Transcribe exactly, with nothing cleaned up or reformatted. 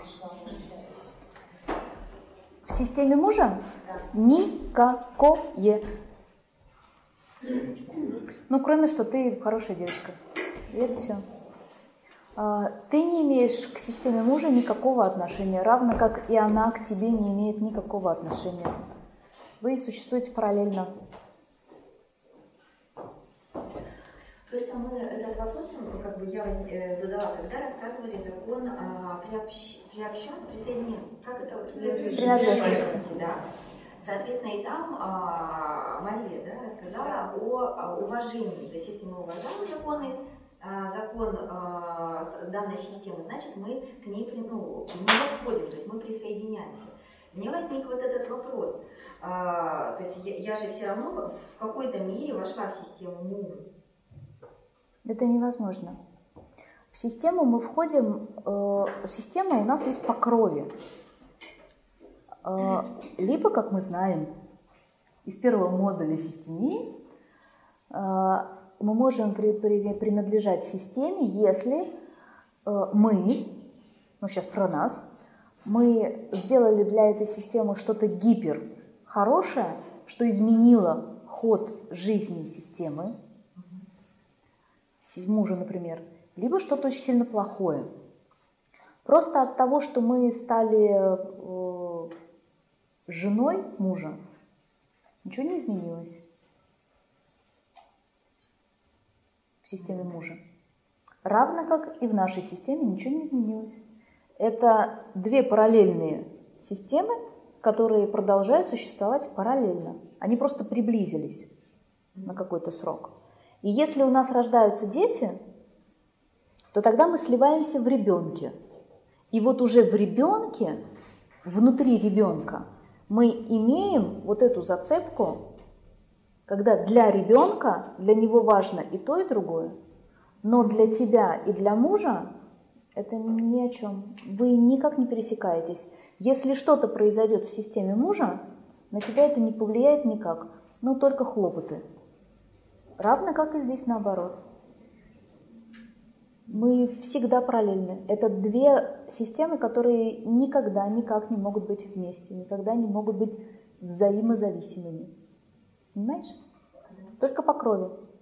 что получается? В системе мужа? Да. Никакое. Ну, кроме что ты хорошая девочка. И это все. Ты не имеешь к системе мужа никакого отношения, равно как и она к тебе не имеет никакого отношения. Вы существуете параллельно. Просто мы этот вопрос, как бы я задала, когда рассказывали закон о приобщ... приобщен, присоединен, как это? Принадлежности, да. Соответственно, и там а, Мария, да, рассказала о, о уважении. То есть, если мы уважаем законы, а, закон а, данной системы, значит, мы к ней ну, в него входим, то есть мы присоединяемся. Мне возник вот этот вопрос. А, то есть я, я же все равно в какой-то мере вошла в систему мужа. Это невозможно. В систему мы входим, э, система у нас есть по крови. Э, либо, как мы знаем из первого модуля системии, э, мы можем при, при, принадлежать системе, если э, мы, ну сейчас про нас, мы сделали для этой системы что-то гипер хорошее, что изменило ход жизни системы, мужа, например, либо что-то очень сильно плохое. Просто от того, что мы стали э, женой мужа, ничего не изменилось в системе мужа. Равно как и в нашей системе ничего не изменилось. Это две параллельные системы, которые продолжают существовать параллельно. Они просто приблизились на какой-то срок. И если у нас рождаются дети, то тогда мы сливаемся в ребенке. И вот уже в ребенке, внутри ребенка, мы имеем вот эту зацепку, когда для ребенка, для него важно и то, и другое, но для тебя и для мужа это ни о чем. Вы никак не пересекаетесь. Если что-то произойдет в системе мужа, на тебя это не повлияет никак, но только хлопоты. Равно как и здесь наоборот. Мы всегда параллельны. Это две системы, которые никогда никак не могут быть вместе, никогда не могут быть взаимозависимыми. Понимаешь? Только по крови.